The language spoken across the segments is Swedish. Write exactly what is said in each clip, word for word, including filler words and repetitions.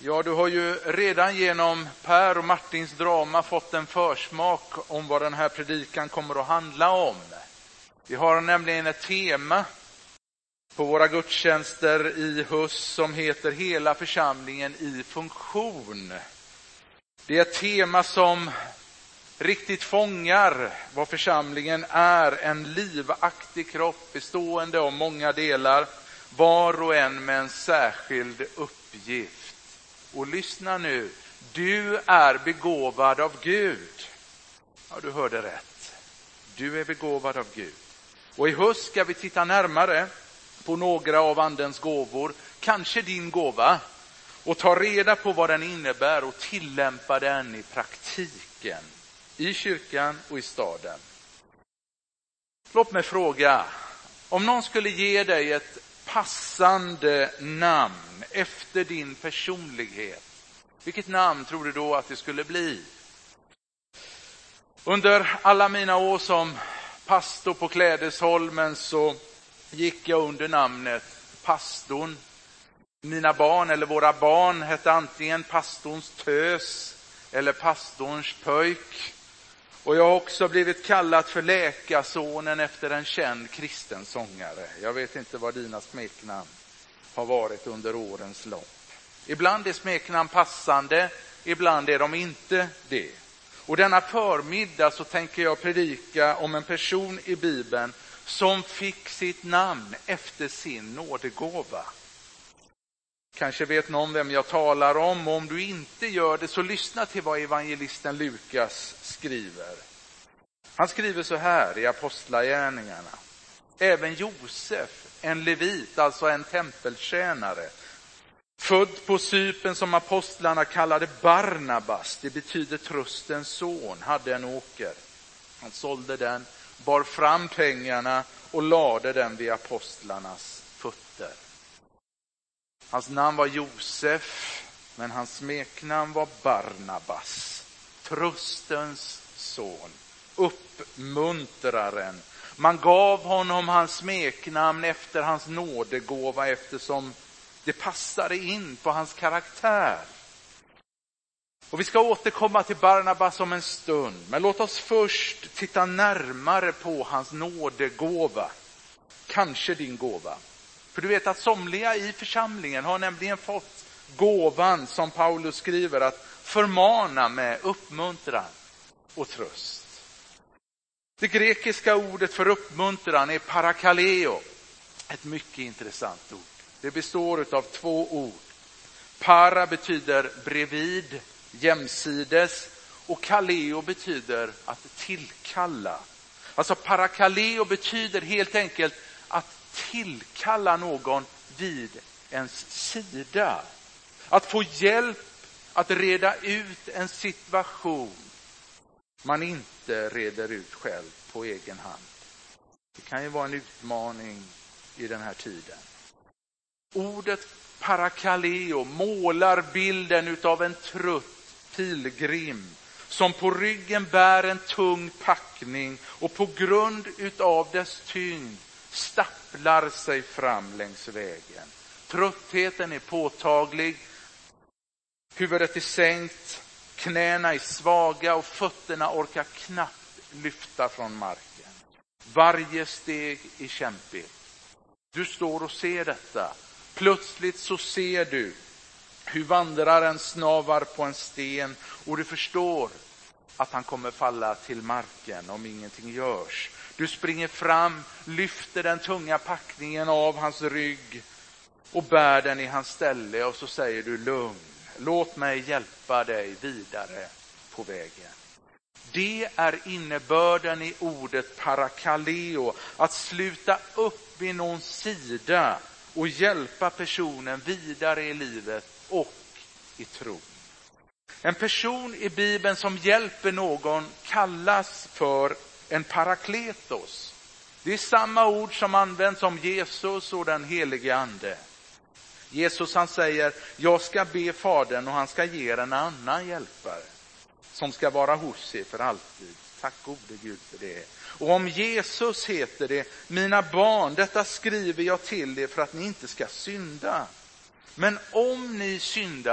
Ja, du har ju redan genom Per och Martins drama fått en försmak om vad den här predikan kommer att handla om. Vi har nämligen ett tema på våra gudstjänster i höst som heter Hela församlingen i funktion. Det är ett tema som riktigt fångar vad församlingen är, en livaktig kropp bestående av många delar, var och en med en särskild uppgift. Och lyssna nu, du är begåvad av Gud. Ja, du hörde rätt. Du är begåvad av Gud. Och i höst ska vi titta närmare på några av andens gåvor, kanske din gåva, och ta reda på vad den innebär och tillämpa den i praktiken, i kyrkan och i staden. Låt mig fråga, om någon skulle ge dig ett passande namn efter din personlighet, vilket namn tror du då att det skulle bli? Under alla mina år som pastor på Klädesholmen så gick jag under namnet pastorn. Mina barn eller våra barn hette antingen pastorns tös eller pastorns pöjk. Och jag har också blivit kallad för läkarsonen efter en känd kristen sångare. Jag vet inte vad dina smeknamn har varit under årens lopp. Ibland är smeknamn passande, ibland är de inte det. Och denna förmiddag så tänker jag predika om en person i Bibeln som fick sitt namn efter sin nådegåva. Kanske vet någon vem jag talar om, och om du inte gör det så lyssna till vad evangelisten Lukas skriver. Han skriver så här i Apostlagärningarna. Även Josef, en levit, alltså en tempeltjänare, född på Cypern som apostlarna kallade Barnabas, det betyder tröstens son, hade en åker. Han sålde den, bar fram pengarna och lade den vid apostlarnas fötter. Hans namn var Josef, men hans smeknamn var Barnabas, tröstens son, uppmuntraren. Man gav honom hans smeknamn efter hans nådegåva eftersom det passade in på hans karaktär. Och vi ska återkomma till Barnabas om en stund, men låt oss först titta närmare på hans nådegåva. Kanske din gåva. För du vet att somliga i församlingen har nämligen fått gåvan, som Paulus skriver, att förmana med uppmuntran och tröst. Det grekiska ordet för uppmuntran är parakaleo. Ett mycket intressant ord. Det består av två ord. Para betyder bredvid, jämsides, och kaleo betyder att tillkalla. Alltså parakaleo betyder helt enkelt att tillkalla någon vid ens sida. Att få hjälp att reda ut en situation man inte reder ut själv på egen hand. Det kan ju vara en utmaning i den här tiden. Ordet parakaleo målar bilden utav en trött pilgrim som på ryggen bär en tung packning och på grund utav dess tyngd stapplar sig fram längs vägen. Tröttheten är påtaglig, huvudet är sänkt, knäna är svaga och fötterna orkar knappt lyfta från marken. Varje steg är kämpigt. Du står och ser detta. Plötsligt så ser du hur vandraren snavar på en sten och du förstår att han kommer falla till marken om ingenting görs. Du springer fram, lyfter den tunga packningen av hans rygg och bär den i hans ställe och så säger du lugn. Låt mig hjälpa dig vidare på vägen. Det är innebörden i ordet parakaleo, att sluta upp vid någon sida och hjälpa personen vidare i livet och i tron. En person i Bibeln som hjälper någon kallas för en parakletos. Det är samma ord som används om Jesus och den helige ande. Jesus han säger, jag ska be Fadern och han ska ge er en annan hjälpare som ska vara hos er för alltid. Tack gode Gud för det. Och om Jesus heter det, mina barn, detta skriver jag till er för att ni inte ska synda. Men om ni syndar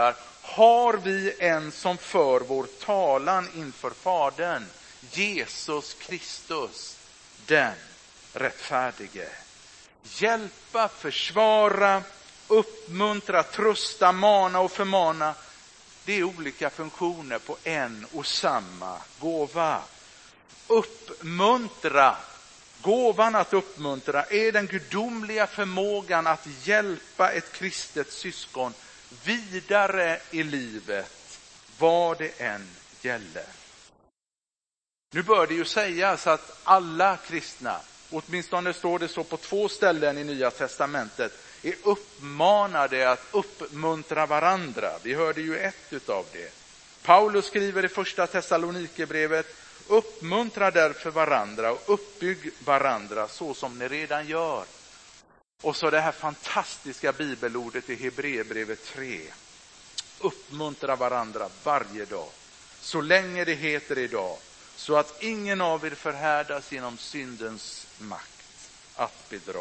har vi en som för vår talan inför Fadern, Jesus Kristus, den rättfärdige. Hjälpa, försvara, uppmuntra, trösta, mana och förmana. Det är olika funktioner på en och samma gåva. Uppmuntra, gåvan att uppmuntra är den gudomliga förmågan att hjälpa ett kristet syskon vidare i livet, vad det än gäller. Nu bör det ju sägas att alla kristna, åtminstone står det så på två ställen i Nya testamentet, är uppmanade att uppmuntra varandra. Vi hörde ju ett utav det. Paulus skriver i första Thessalonikerbrevet: uppmuntra därför varandra och uppbygg varandra så som ni redan gör. Och så det här fantastiska bibelordet i Hebreerbrevet tre. Uppmuntra varandra varje dag, så länge det heter idag, så att ingen av er förhärdas genom syndens makt att bedra.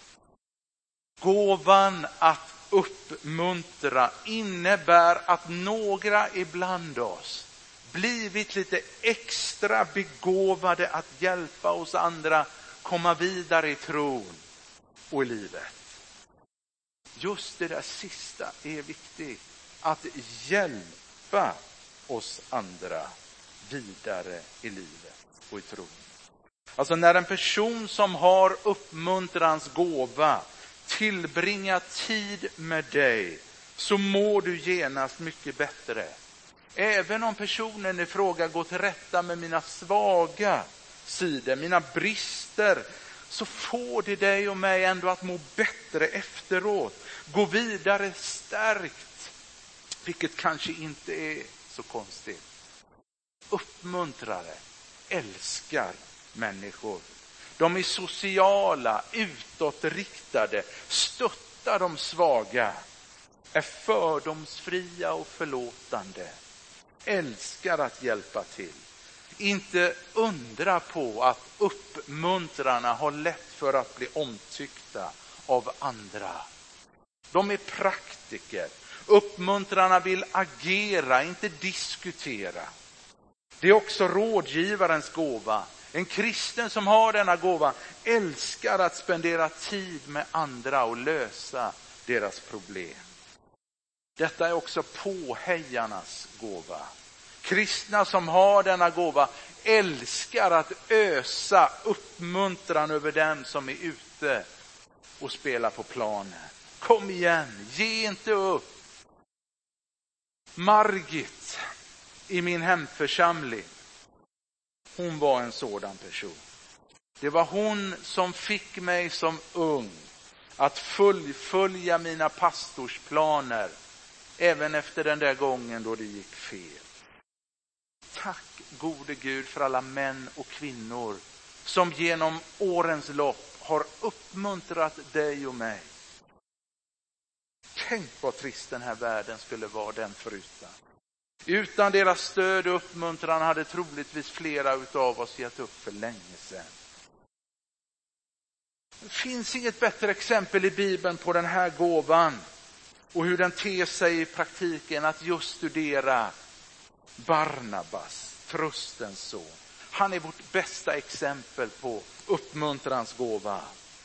Gåvan att uppmuntra innebär att några ibland oss blivit lite extra begåvade att hjälpa oss andra komma vidare i tron och i livet. Just det där sista är viktigt, att hjälpa oss andra vidare i livet och i tron. Alltså när en person som har uppmuntrans gåva tillbringar tid med dig, så mår du genast mycket bättre. Även om personen i fråga går till rätta med mina svaga sidor, mina brister, så får det dig och mig ändå att må bättre efteråt. Gå vidare stärkt, vilket kanske inte är så konstigt. Uppmuntrare älskar människor. De är sociala, utåtriktade, stöttar de svaga, är fördomsfria och förlåtande, älskar att hjälpa till. Inte undra på att uppmuntrarna har lätt för att bli omtyckta av andra. De är praktiker. Uppmuntrarna vill agera, inte diskutera. Det är också rådgivarens gåva. En kristen som har denna gåva älskar att spendera tid med andra och lösa deras problem. Detta är också påhejarnas gåva. Kristna som har denna gåva älskar att ösa uppmuntran över dem som är ute och spelar på planen. Kom igen, ge inte upp. Margit i min hemförsamling, hon var en sådan person. Det var hon som fick mig som ung att fullfölja mina pastorsplaner även efter den där gången då det gick fel. Tack gode Gud för alla män och kvinnor som genom årens lopp har uppmuntrat dig och mig. Tänk vad trist den här världen skulle vara den förutan. Utan deras stöd och uppmuntran hade troligtvis flera utav oss gett upp för länge sedan. Det finns inget bättre exempel i Bibeln på den här gåvan och hur den ter sig i praktiken att just studera Barnabas, tröstens son. Han är vårt bästa exempel på uppmuntrans gåva.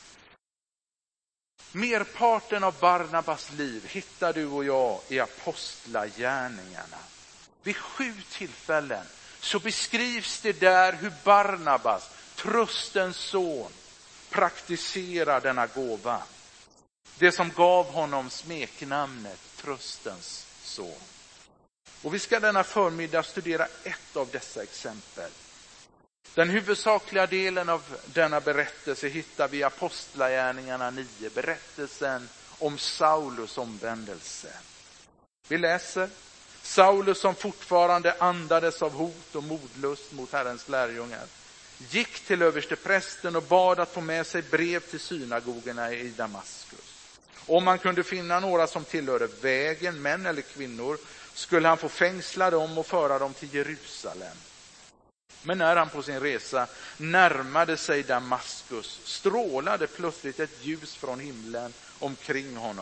Merparten av Barnabas liv hittar du och jag i apostlagärningarna. Vid sju tillfällen så beskrivs det där hur Barnabas, tröstens son, praktiserar denna gåva. Det som gav honom smeknamnet tröstens son. Och vi ska denna förmiddag studera ett av dessa exempel. Den huvudsakliga delen av denna berättelse hittar vi i apostlagärningarna nio, berättelsen om Saulus omvändelse. Vi läser: Saulus, som fortfarande andades av hot och modlust mot Herrens lärjungar, gick till översteprästen och bad att få med sig brev till synagogorna i Damaskus. Om man kunde finna några som tillhörde vägen, män eller kvinnor, skulle han få fängsla dem och föra dem till Jerusalem. Men när han på sin resa närmade sig Damaskus strålade plötsligt ett ljus från himlen omkring honom.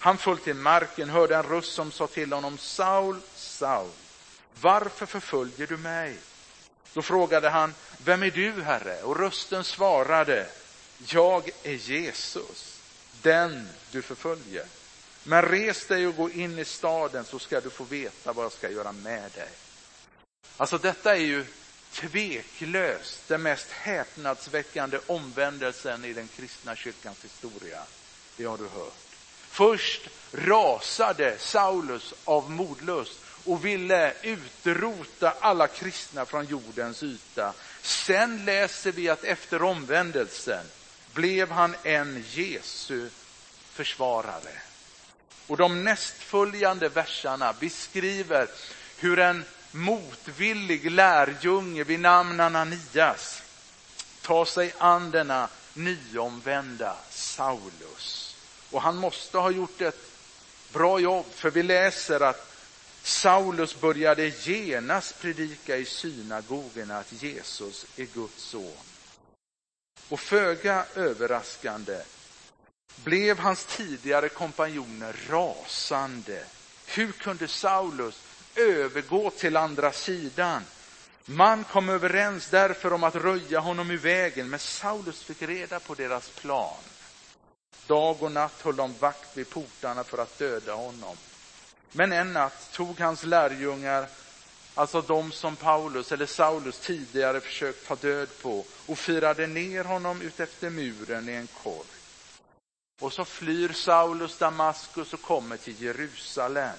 Han föll till marken, hörde en röst som sa till honom: Saul, Saul, varför förföljer du mig? Då frågade han: vem är du, Herre? Och rösten svarade: jag är Jesus, den du förföljer. Men res dig och gå in i staden, så ska du få veta vad jag ska göra med dig. Alltså detta är ju tveklöst den mest häpnadsväckande omvändelsen i den kristna kyrkans historia. Det har du hört. Först rasade Saulus av modlust och ville utrota alla kristna från jordens yta. Sen läser vi att efter omvändelsen blev han en Jesu försvarare. Och de nästföljande verserna beskriver hur en motvillig lärjunge vid namn Ananias tar sig an denna nyomvända Saulus. Och han måste ha gjort ett bra jobb, för vi läser att Saulus började genast predika i synagogorna att Jesus är Guds son. Och föga överraskande blev hans tidigare kompanjoner rasande. Hur kunde Saulus övergå till andra sidan? Man kom överens därför om att röja honom i vägen, men Saulus fick reda på deras plan. Dag och natt höll de vakt vid portarna för att döda honom. Men en natt tog hans lärjungar, alltså de som Paulus eller Saulus tidigare försökt ta död på, och firade ner honom ut efter muren i en korg. Och så flyr Saulus Damaskus och kommer till Jerusalem.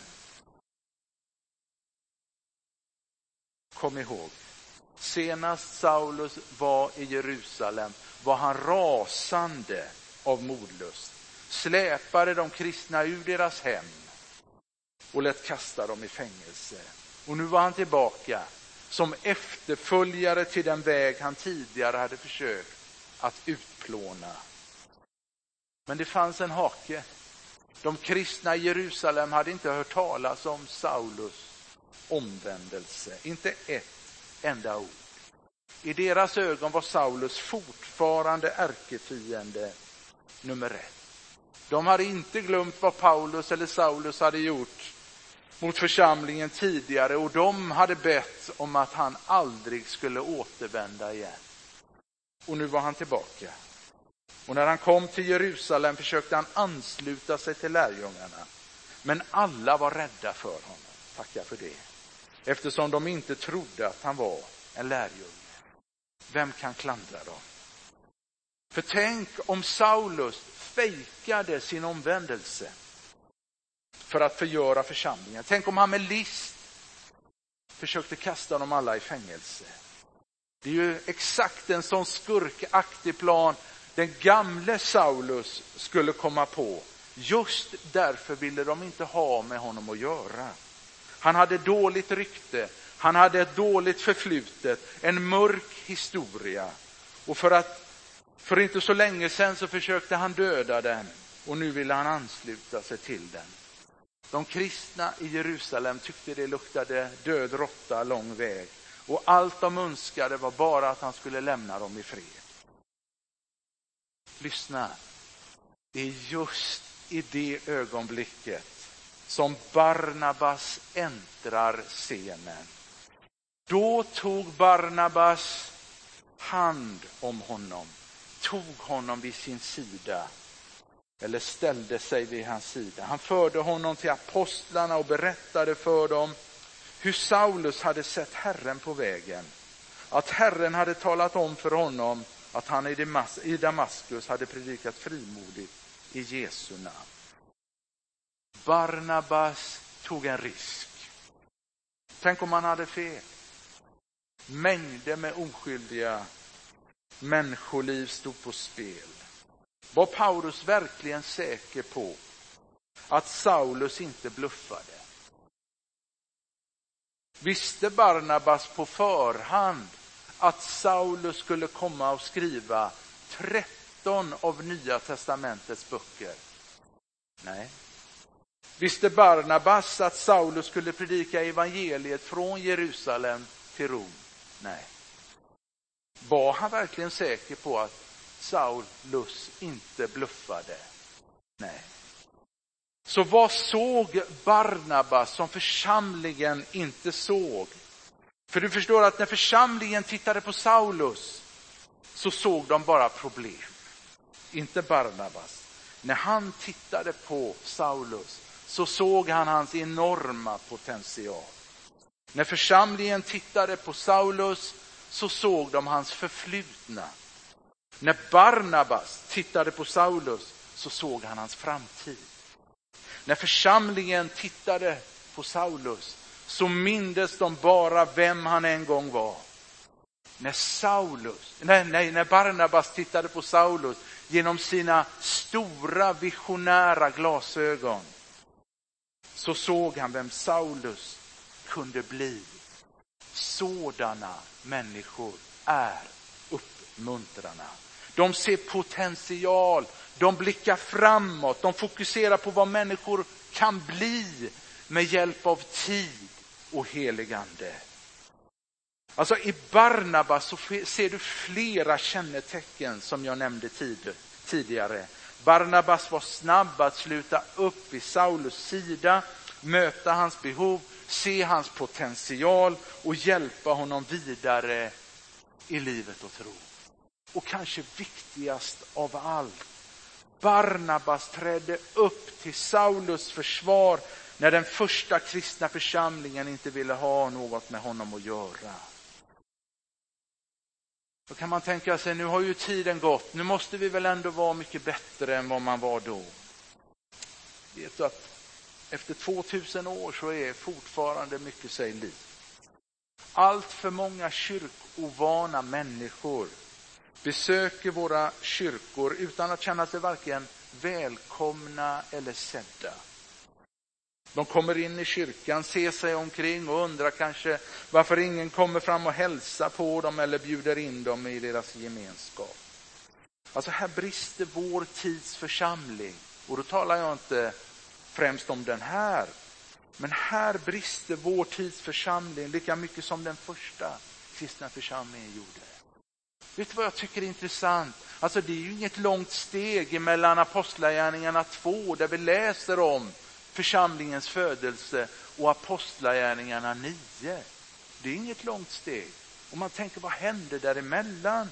Kom ihåg, senast Saulus var i Jerusalem var han rasande av modlust, släpade de kristna ur deras hem och lät kasta dem i fängelse. Och nu var han tillbaka som efterföljare till den väg han tidigare hade försökt att utplåna. Men det fanns en hake. De kristna i Jerusalem hade inte hört talas om Saulus omvändelse. Inte ett enda ord. I deras ögon var Saulus fortfarande ärkefiende nummer ett. De hade inte glömt vad Paulus eller Saulus hade gjort mot församlingen tidigare, och de hade bett om att han aldrig skulle återvända igen. Och nu var han tillbaka. Och när han kom till Jerusalem försökte han ansluta sig till lärjungarna. Men alla var rädda för honom. Tacka för det. Eftersom de inte trodde att han var en lärjunge. Vem kan klandra dem? För tänk om Saulus fejkade sin omvändelse för att förgöra församlingen. Tänk om han med list försökte kasta dem alla i fängelse. Det är ju exakt en sån skurkaktig plan den gamle Saulus skulle komma på. Just därför ville de inte ha med honom att göra. Han hade dåligt rykte. Han hade ett dåligt förflutet. En mörk historia. Och för att för inte så länge sedan så försökte han döda den. Och nu ville han ansluta sig till den. De kristna i Jerusalem tyckte det luktade död råtta lång väg. Och allt de önskade var bara att han skulle lämna dem i fred. Lyssna. Det är just i det ögonblicket som Barnabas äntrar scenen. Då tog Barnabas hand om honom. Tog honom vid sin sida. Eller ställde sig vid hans sida. Han förde honom till apostlarna och berättade för dem hur Saulus hade sett Herren på vägen. Att Herren hade talat om för honom att han i Damaskus hade predikat frimodigt i Jesu namn. Barnabas tog en risk. Tänk om han hade fel. Mängder med oskyldiga människoliv stod på spel. Var Paulus verkligen säker på att Saulus inte bluffade? Visste Barnabas på förhand att Saulus skulle komma och skriva tretton av Nya testamentets böcker? Nej. Visste Barnabas att Saulus skulle predika evangeliet från Jerusalem till Rom? Nej. Var han verkligen säker på att Saulus inte bluffade? Nej. Så vad såg Barnabas som församlingen inte såg? För du förstår att när församlingen tittade på Saulus så såg de bara problem. Inte Barnabas. När han tittade på Saulus så såg han hans enorma potential. När församlingen tittade på Saulus så såg de hans förflutna. När Barnabas tittade på Saulus så såg han hans framtid. När församlingen tittade på Saulus så mindes de bara vem han en gång var. När Saulus, nej, nej, när Barnabas tittade på Saulus genom sina stora visionära glasögon så såg han vem Saulus kunde bli. Sådana människor är uppmuntrarna. De ser potential, de blickar framåt, de fokuserar på vad människor kan bli med hjälp av tid och heligande. Alltså i Barnabas så ser du flera kännetecken som jag nämnde tid, tidigare. Barnabas var snabb att sluta upp vid Saulus sida, möta hans behov, se hans potential och hjälpa honom vidare i livet och tro. Och kanske viktigast av allt, Barnabas trädde upp till Saulus försvar när den första kristna församlingen inte ville ha något med honom att göra. Då kan man tänka sig, nu har ju tiden gått, nu måste vi väl ändå vara mycket bättre än vad man var då. Vet du att efter tvåtusen år så är fortfarande mycket sig likt. Allt för många kyrkovana människor besöker våra kyrkor utan att känna sig varken välkomna eller sedda. De kommer in i kyrkan, ser sig omkring och undrar kanske varför ingen kommer fram och hälsar på dem eller bjuder in dem i deras gemenskap. Alltså här brister vår tids församling. Och då talar jag inte främst om den här. Men här brister vår tids församling lika mycket som den första kristna församlingen gjorde. Vet du vad jag tycker är intressant? Alltså det är ju inget långt steg mellan Apostlagärningarna två där vi läser om församlingens födelse och Apostlagärningarna nio. Det är inget långt steg. Och man tänker, vad hände däremellan?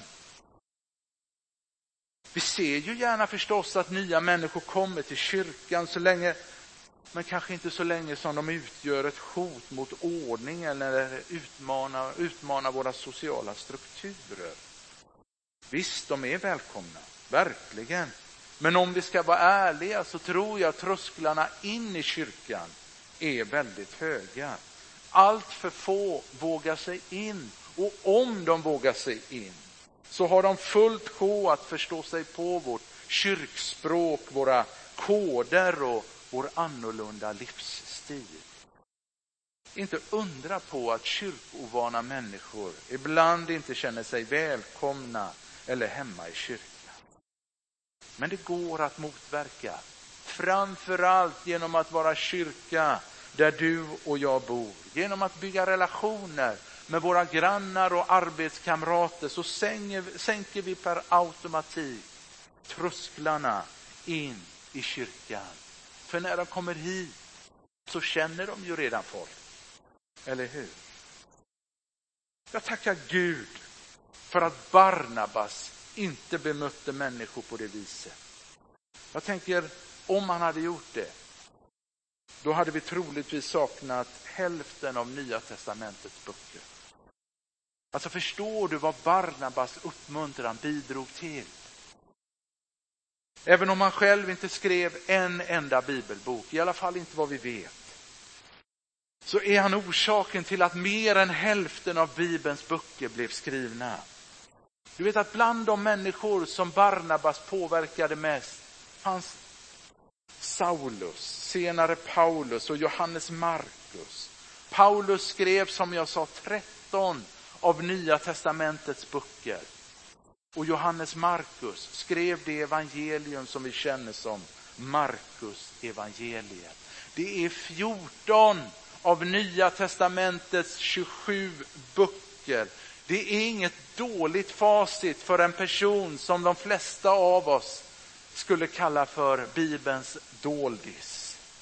Vi ser ju gärna förstås att nya människor kommer till kyrkan så länge, men kanske inte så länge som de utgör ett hot mot ordningen eller utmanar, utmanar våra sociala strukturer. Visst, de är välkomna, verkligen. Men om vi ska vara ärliga så tror jag att trösklarna in i kyrkan är väldigt höga. Allt för få vågar sig in. Och om de vågar sig in så har de fullt sjå att förstå sig på vårt kyrkspråk, våra koder och vår annorlunda livsstil. Inte undra på att kyrkovana människor ibland inte känner sig välkomna eller hemma i kyrkan. Men det går att motverka. Framförallt genom att vara kyrka där du och jag bor. Genom att bygga relationer med våra grannar och arbetskamrater så sänker vi per automatik trösklarna in i kyrkan. För när de kommer hit så känner de ju redan folk. Eller hur? Jag tackar Gud för att Barnabas inte bemötte människor på det viset. Jag tänker, om han hade gjort det, då hade vi troligtvis saknat hälften av Nya testamentets böcker. Alltså förstår du vad Barnabas uppmuntran bidrog till? Även om han själv inte skrev en enda bibelbok, i alla fall inte vad vi vet, så är han orsaken till att mer än hälften av Bibelns böcker blev skrivna. Du vet att bland de människor som Barnabas påverkade mest fanns Saulus, senare Paulus och Johannes Markus. Paulus skrev, som jag sa, tretton av Nya testamentets böcker. Och Johannes Markus skrev det evangelium som vi känner som Markus evangeliet. Det är fjorton av Nya testamentets tjugosju böcker. Det är inget dåligt facit för en person som de flesta av oss skulle kalla för Bibelns doldis.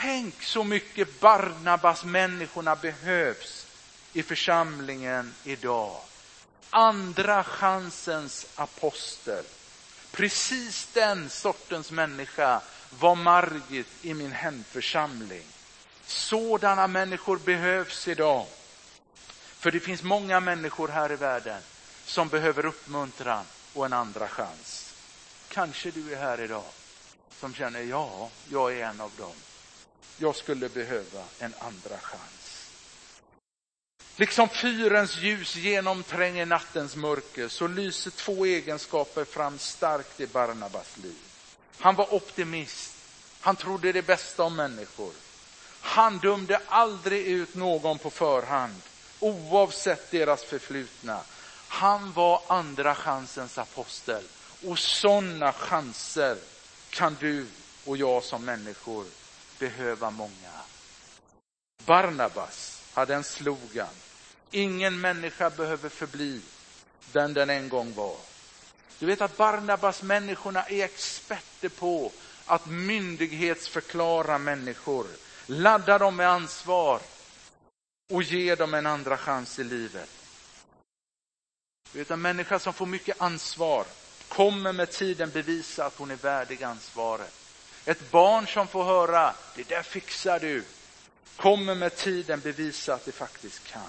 tänk så mycket Barnabas människorna behövs i församlingen idag. Andra chansens apostel. Precis den sortens människa var Margit i min hemförsamling. Sådana människor behövs idag. För det finns många människor här i världen som behöver uppmuntran och en andra chans. Kanske du är här idag som känner, ja, jag är en av dem. Jag skulle behöva en andra chans. Liksom fyrens ljus genomtränger nattens mörker så lyser två egenskaper fram starkt i Barnabas liv. Han var optimist. Han trodde det bästa om människor. Han dömde aldrig ut någon på förhand, oavsett deras förflutna. Han var andra chansens apostel. Och sådana chanser kan du och jag som människor behöva många. Barnabas hade en slogan. Ingen människa behöver förbli den den en gång var. Du vet att Barnabas människorna är experter på att myndighetsförklara människor. Ladda dem med ansvar och ge dem en andra chans i livet. Du vet, en människa som får mycket ansvar kommer med tiden bevisa att hon är värdig ansvaret. Ett barn som får höra, det där fixar du, kommer med tiden bevisa att det faktiskt kan.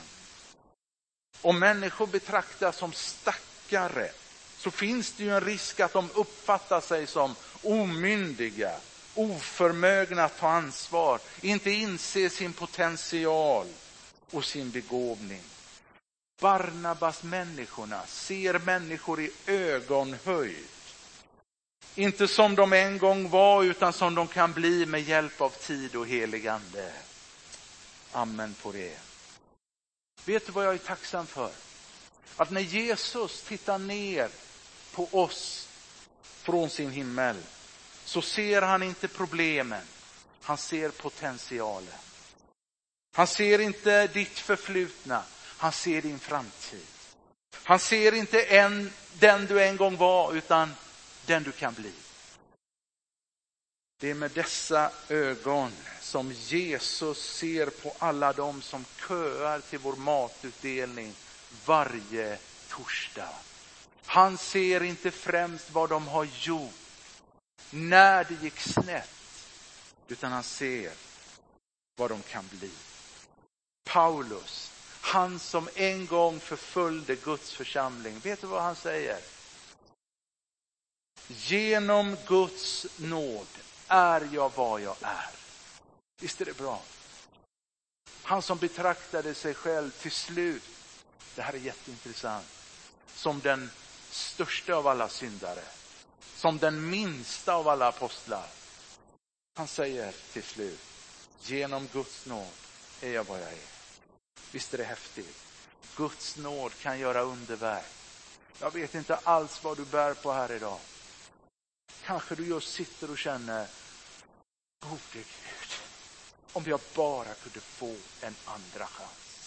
Om människor betraktas som stackare så finns det ju en risk att de uppfattar sig som omyndiga, oförmögna att ta ansvar, inte inse sin potential och sin begåvning. Barnabas människorna ser människor i ögonhöjd. Inte som de en gång var utan som de kan bli med hjälp av tid och heligande. Amen på det. Vet du vad jag är tacksam för? Att när Jesus tittar ner på oss från sin himmel så ser han inte problemen. Han ser potentialen. Han ser inte ditt förflutna. Han ser din framtid. Han ser inte en, den du en gång var utan den du kan bli. Det är med dessa ögon som Jesus ser på alla de som köar till vår matutdelning varje torsdag. Han ser inte främst vad de har gjort när det gick snett, utan han ser vad de kan bli. Paulus, han som en gång förföljde Guds församling, vet du vad han säger? Genom Guds nåd är jag vad jag är. Visst är det bra? Han som betraktade sig själv till slut, det här är jätteintressant, som den största av alla syndare, som den minsta av alla apostlar. Han säger till slut, genom Guds nåd är jag vad jag är. Visst är det häftigt? Guds nåd kan göra underverk. Jag vet inte alls vad du bär på här idag. Kanske du just sitter och känner, gode Gud, om jag bara kunde få en andra chans.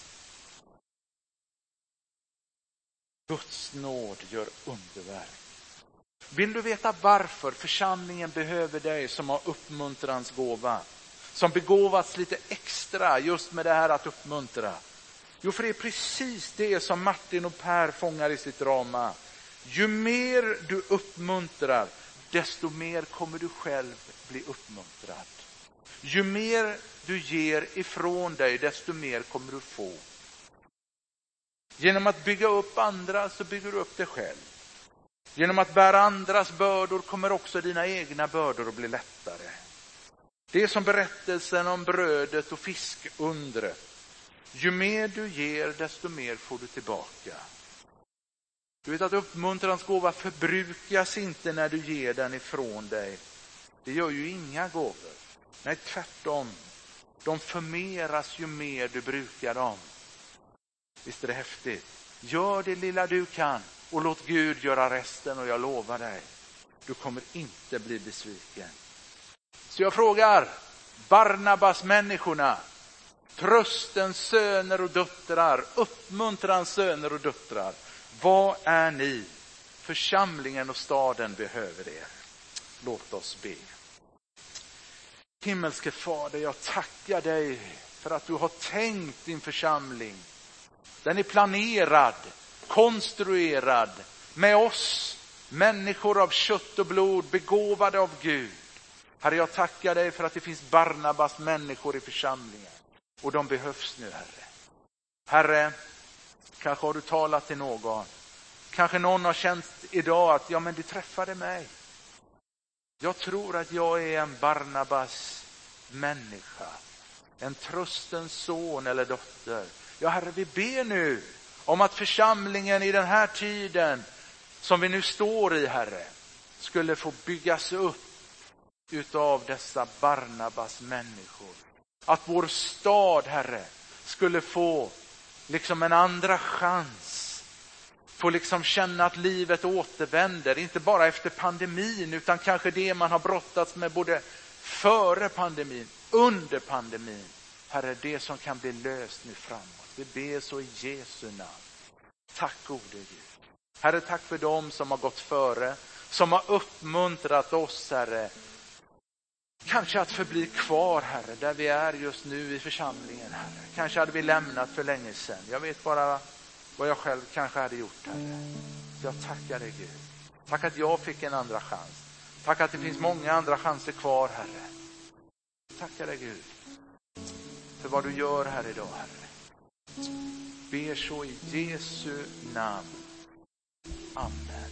Guds nåd gör underverk. Vill du veta varför församlingen behöver dig som har uppmuntrans gåva? Som begåvats lite extra just med det här att uppmuntra. Jo, för det är precis det som Martin och Per fångar i sitt drama. Ju mer du uppmuntrar, desto mer kommer du själv bli uppmuntrad. Ju mer du ger ifrån dig, desto mer kommer du få. Genom att bygga upp andra så bygger du upp dig själv. Genom att bära andras bördor kommer också dina egna bördor att bli lättare. Det är som berättelsen om brödet och fiskundret. Ju mer du ger, desto mer får du tillbaka. Du vet att uppmuntrans gåva förbrukas inte när du ger den ifrån dig. Det gör ju inga gåvor. Nej, tvärtom. De förmeras ju mer du brukar dem. Visst är det häftigt? Gör det lilla du kan och låt Gud göra resten, och jag lovar dig, du kommer inte bli besviken. Så jag frågar Barnabas människorna, tröstens söner och döttrar, uppmuntrans söner och döttrar, vad är ni? Församlingen och staden behöver er. Låt oss be. Himmelske Fader, jag tackar dig för att du har tänkt din församling. Den är planerad, konstruerad med oss, människor av kött och blod, begåvade av Gud. Herre, jag tackar dig för att det finns Barnabas människor i församlingen. Och de behövs nu, Herre. Herre, kanske har du talat till någon. Kanske någon har känt idag att ja, men det träffade mig. Jag tror att jag är en Barnabas människa. En tröstens son eller dotter. Ja, Herre, vi ber nu om att församlingen i den här tiden som vi nu står i, Herre, skulle få byggas upp utav dessa Barnabas människor. Att vår stad, Herre, skulle få liksom en andra chans. Få liksom känna att livet återvänder. Inte bara efter pandemin, utan kanske det man har brottats med både före pandemin, under pandemin. Herre, det som kan bli löst nu framåt. Vi ber så i Jesu namn. Tack gode Gud. Herre, tack för dem som har gått före. Som har uppmuntrat oss, Herre. Kanske att förbli kvar, Herre, där vi är just nu i församlingen, Herre. Kanske hade vi lämnat för länge sedan. Jag vet bara vad jag själv kanske hade gjort, Herre. Jag tackar dig, Gud. Tack att jag fick en andra chans. Tack att det finns många andra chanser kvar, Herre. Tackar dig, Gud, för vad du gör här idag, Herre. Ber så i Jesu namn. Amen.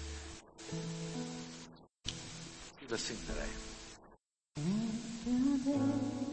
Gud välsigne dig.